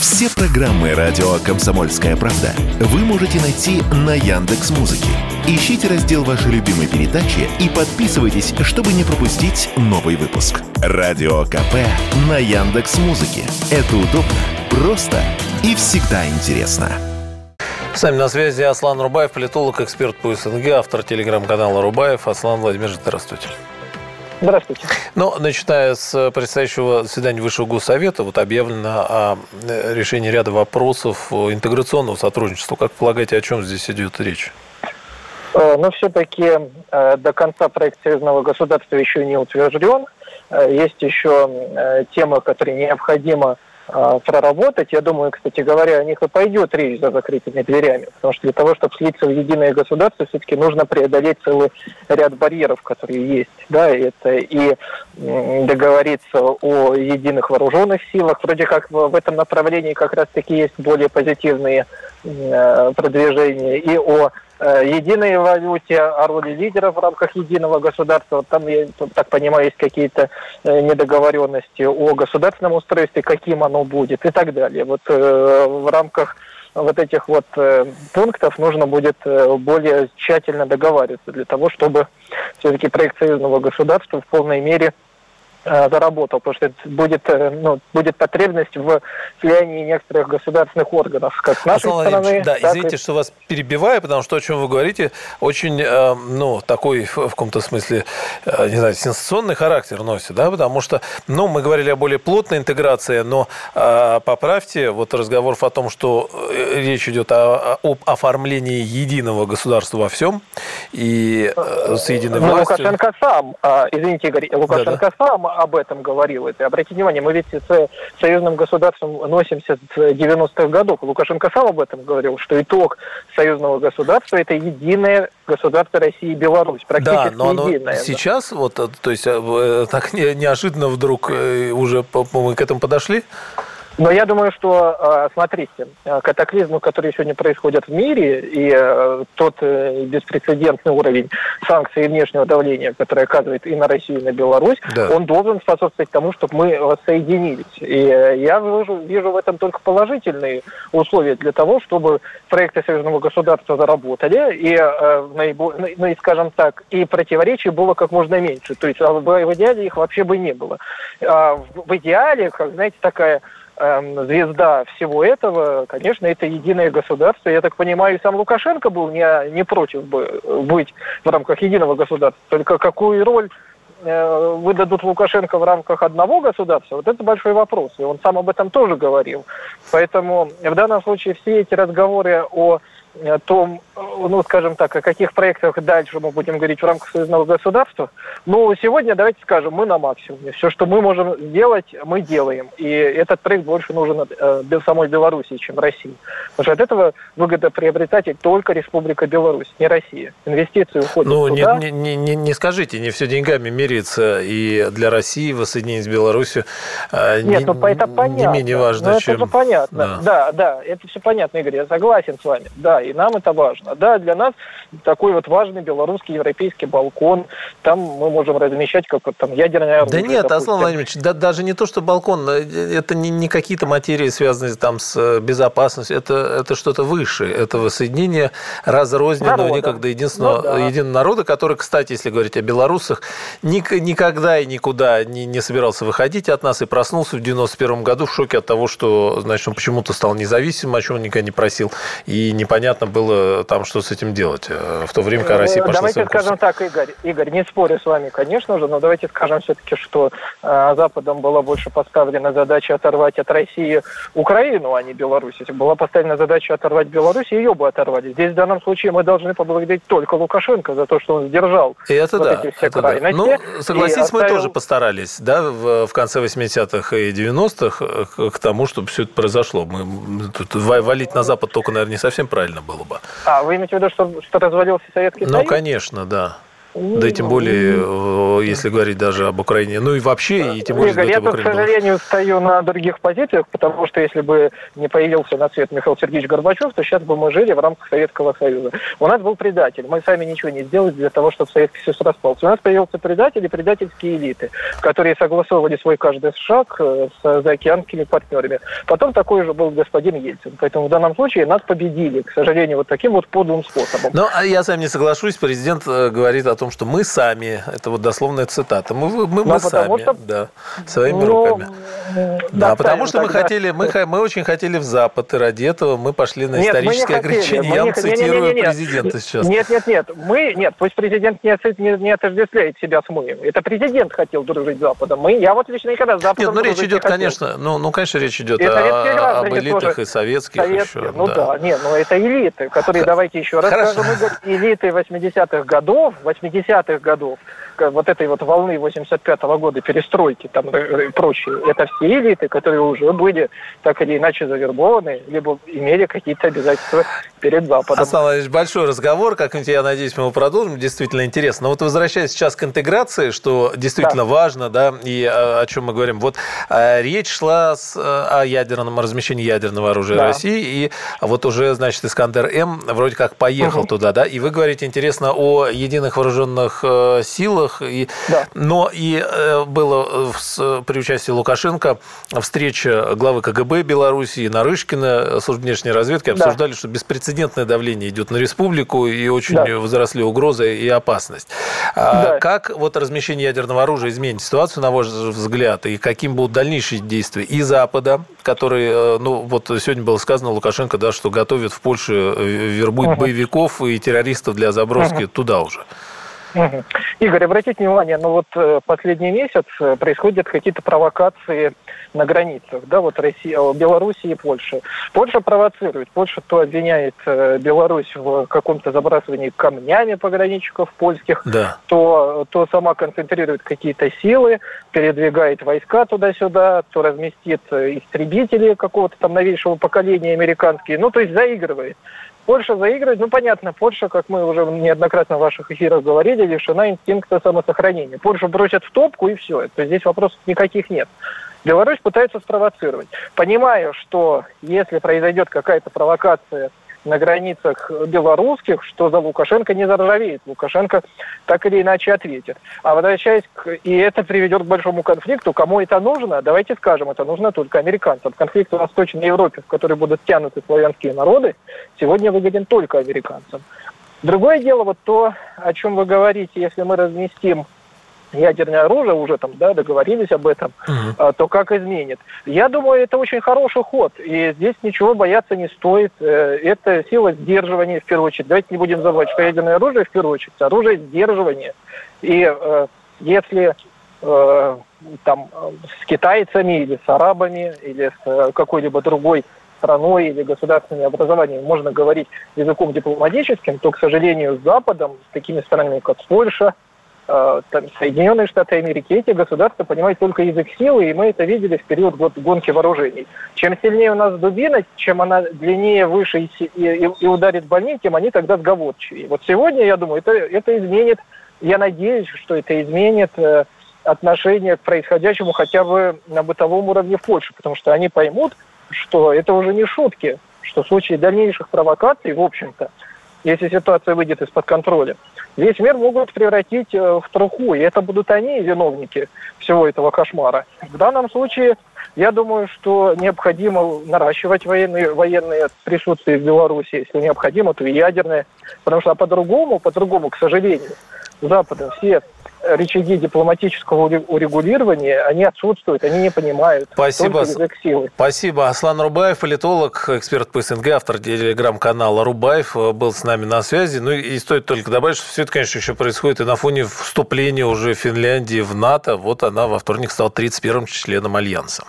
Все программы радио «Комсомольская правда» вы можете найти на Яндекс.Музыке. Ищите раздел вашей любимой передачи и подписывайтесь, чтобы не пропустить новый выпуск. Радио КП на Яндекс.Музыке. Это удобно, просто и всегда интересно. С нами на связи Аслан Рубаев, политолог, эксперт по СНГ, автор телеграм-канала Рубаев. Аслан Владимирович, здравствуйте. Здравствуйте. Ну, начиная с предстоящего заседания Высшего Госсовета, вот объявлено о решении ряда вопросов интеграционного сотрудничества. Как полагаете, о чем здесь идет речь? Но все-таки до конца проект союзного государства еще не утвержден. Есть еще темы, которые необходимо проработать. Я думаю, кстати говоря, о них и пойдет речь за закрытыми дверями. Потому что для того, чтобы слиться в единое государство, все-таки нужно преодолеть целый ряд барьеров, которые есть. Да, это и договориться о единых вооруженных силах. Вроде как в этом направлении как раз-таки есть более позитивные продвижения. И о единой валюте, о роли лидеров в рамках единого государства. Там, я так понимаю, есть какие-то недоговоренности о государственном устройстве, каким оно будет и так далее. Вот в рамках вот этих вот пунктов нужно будет более тщательно договариваться для того, чтобы все-таки проект союзного государства в полной мере заработал, потому что это будет потребность в слиянии некоторых государственных органов, как с нашей стороны. Да, извините, что вас перебиваю, потому что, о чем вы говорите, очень, такой, в каком-то смысле, не знаю, сенсационный характер носит, да, потому что, мы говорили о более плотной интеграции, но поправьте, вот разговор о том, что речь идет об оформлении единого государства во всем и с единой властью. Лукашенко сам, извините, Игорь, сам об этом говорил. Это, обратите внимание, мы ведь с союзным государством носимся с 90-х годов. Лукашенко сам об этом говорил, что итог союзного государства – это единое государство России и Беларусь. Практически единое. Сейчас, то есть так неожиданно вдруг уже мы к этому подошли? Но я думаю, что, смотрите, катаклизмы, которые сегодня происходят в мире, и тот беспрецедентный уровень санкций и внешнего давления, который оказывает и на Россию, и на Беларусь, да, он должен способствовать тому, чтобы мы воссоединились. И я вижу в этом только положительные условия для того, чтобы проекты союзного государства заработали, и, скажем так, и противоречий было как можно меньше. То есть в идеале их вообще бы не было. В идеале, как, знаете, такая звезда всего этого, конечно, это единое государство. Я так понимаю, и сам Лукашенко был не против бы быть в рамках единого государства. Только какую роль выдадут Лукашенко в рамках одного государства, вот это большой вопрос. И он сам об этом тоже говорил. Поэтому в данном случае все эти разговоры о том, скажем так, о каких проектах дальше мы будем говорить в рамках союзного государства. Сегодня, давайте скажем, мы на максимуме. Все, что мы можем сделать, мы делаем. И этот проект больше нужен самой Беларуси, чем России. Потому что от этого выгодоприобретатель только Республика Беларусь, не Россия. Инвестиции уходят туда. Не скажите, не все деньгами меряется. И для России воссоединение с Беларусью это понятно. Не менее важно, чем... Это же понятно. Да, это все понятно, Игорь, я согласен с вами. Да, и нам это важно. Да, для нас такой вот важный белорусский европейский балкон. Там мы можем размещать ядерное оружие. Да нет, Аслан Владимирович, даже не то, что балкон. Это не какие-то материи, связанные там с безопасностью. Это что-то выше. Это воссоединение разрозненного некогда единого народа, который, кстати, если говорить о белорусах, никогда и никуда не собирался выходить от нас и проснулся в 91 году в шоке от того, что, значит, он почему-то стал независимым, о чем он никогда не просил. И непонятно было там, что с этим делать. В то время, когда Россия пошла своим курсом. Давайте скажем так, Игорь, не спорю с вами, конечно же, но давайте скажем все-таки, что Западом была больше поставлена задача оторвать от России Украину, а не Беларусь. Если была поставлена задача оторвать Беларусь, ее бы оторвали. Здесь в данном случае мы должны поблагодарить только Лукашенко за то, что он сдержал эти все крайности. Согласитесь, мы тоже постарались, да, в конце 80-х и 90-х к тому, чтобы все это произошло. Мы тут валить на Запад только, наверное, не совсем правильно было бы. Вы имеете в виду, что развалился Советский Союз? Конечно, да. Да и тем более, если говорить даже об Украине, ну и вообще, и тем более Игорь, об Украине. Я, к сожалению, стою на других позициях, потому что если бы не появился на свет Михаил Сергеевич Горбачев, то сейчас бы мы жили в рамках Советского Союза. У нас был предатель. Мы сами ничего не сделали для того, чтобы Советский Союз распался. У нас появился предатель и предательские элиты, которые согласовывали свой каждый шаг с заокеанскими партнерами. Потом такой же был господин Ельцин. Поэтому в данном случае нас победили, к сожалению, вот таким вот подлым способом. Ну, а я с вами не соглашусь. Президент говорит о том, что мы сами, это вот дословная цитата, мы сами, что... да, своими руками. Да, потому что мы очень хотели в Запад, и ради этого мы пошли на исторические ограничения. Я вам цитирую президента сейчас. Нет, пусть президент не отождествляет себя с мы. Это президент хотел дружить с Западом. Я вот лично никогда с Западом дружить не хотел. Нет, конечно, речь идет об элитах тоже. И советских еще. Ну да, это элиты, которые, давайте еще раз скажем, элиты 80-х годов, вот этой вот волны 85-го года, перестройки там и прочее, это все элиты, которые уже были так или иначе завербованы, либо имели какие-то обязательства перед Западом. Аслан Владимирович, большой разговор, как-нибудь, я надеюсь, мы его продолжим, действительно интересно. Но вот возвращаясь сейчас к интеграции, что действительно важно, да, и о чем мы говорим. Вот речь шла о ядерном размещении ядерного оружия России, и вот уже, значит, Искандер-М вроде как поехал туда, да, и вы говорите, интересно, о единых вооруженных силах, но и было при участии Лукашенко встреча главы КГБ Беларуси и Нарышкина, службы внешней разведки, обсуждали, что беспрецедентное давление идет на республику, и очень возросли угрозы и опасность. Как вот размещение ядерного оружия изменит ситуацию, на ваш взгляд, и каким будут дальнейшие действия и Запада, который, ну, вот сегодня было сказано Лукашенко, да, что готовит в Польше, вербует боевиков и террористов для заброски туда уже. Игорь, обратите внимание, последний месяц происходят какие-то провокации на границах, да, вот Белоруссии и Польши. Польша провоцирует, Польша то обвиняет Беларусь в каком-то забрасывании камнями пограничников польских, то сама концентрирует какие-то силы, передвигает войска туда-сюда, то разместит истребители какого-то там новейшего поколения американские, то есть заигрывает. Польша заигрывает, понятно, Польша, как мы уже неоднократно в ваших эфирах говорили, лишена инстинкта самосохранения. Польшу бросят в топку и все, то здесь вопросов никаких нет. Беларусь пытается спровоцировать, понимая, что если произойдет какая-то провокация на границах белорусских, что за Лукашенко не заржавеет. Лукашенко так или иначе ответит. А возвращаясь и это приведет к большому конфликту. Кому это нужно? Давайте скажем, это нужно только американцам. Конфликт в Восточной Европе, в который будут тянуты славянские народы, сегодня выгоден только американцам. Другое дело, вот то, о чем вы говорите, если мы разместим ядерное оружие, уже там, договорились об этом, то как изменит? Я думаю, это очень хороший ход, и здесь ничего бояться не стоит. Это сила сдерживания, в первую очередь. Давайте не будем забывать, что ядерное оружие, в первую очередь, оружие сдерживания. И если там с китайцами, или с арабами, или с какой-либо другой страной или государственными образованиями можно говорить языком дипломатическим, то, к сожалению, с Западом, с такими странами, как Польша, Соединенные Штаты Америки, эти государства понимают только язык силы, и мы это видели в период гонки вооружений. Чем сильнее у нас дубина, чем она длиннее, выше и ударит больнее, тем они тогда сговорчивее. Вот сегодня, я думаю, это изменит, я надеюсь, что это изменит отношение к происходящему хотя бы на бытовом уровне в Польше, потому что они поймут, что это уже не шутки, что в случае дальнейших провокаций, в общем-то, если ситуация выйдет из-под контроля, весь мир могут превратить в труху, и это будут они, виновники всего этого кошмара. В данном случае, я думаю, что необходимо наращивать военные присутствие в Беларуси, если необходимо, то и ядерное, потому что по-другому, к сожалению, Западом все рычаги дипломатического урегулирования, они отсутствуют, они не понимают. Спасибо. Спасибо. Аслан Рубаев, политолог, эксперт по СНГ, автор телеграм-канала Рубаев, был с нами на связи. Ну и стоит только добавить, что все это, конечно, еще происходит и на фоне вступления уже Финляндии в НАТО. Вот она во вторник стала 31-м членом Альянса.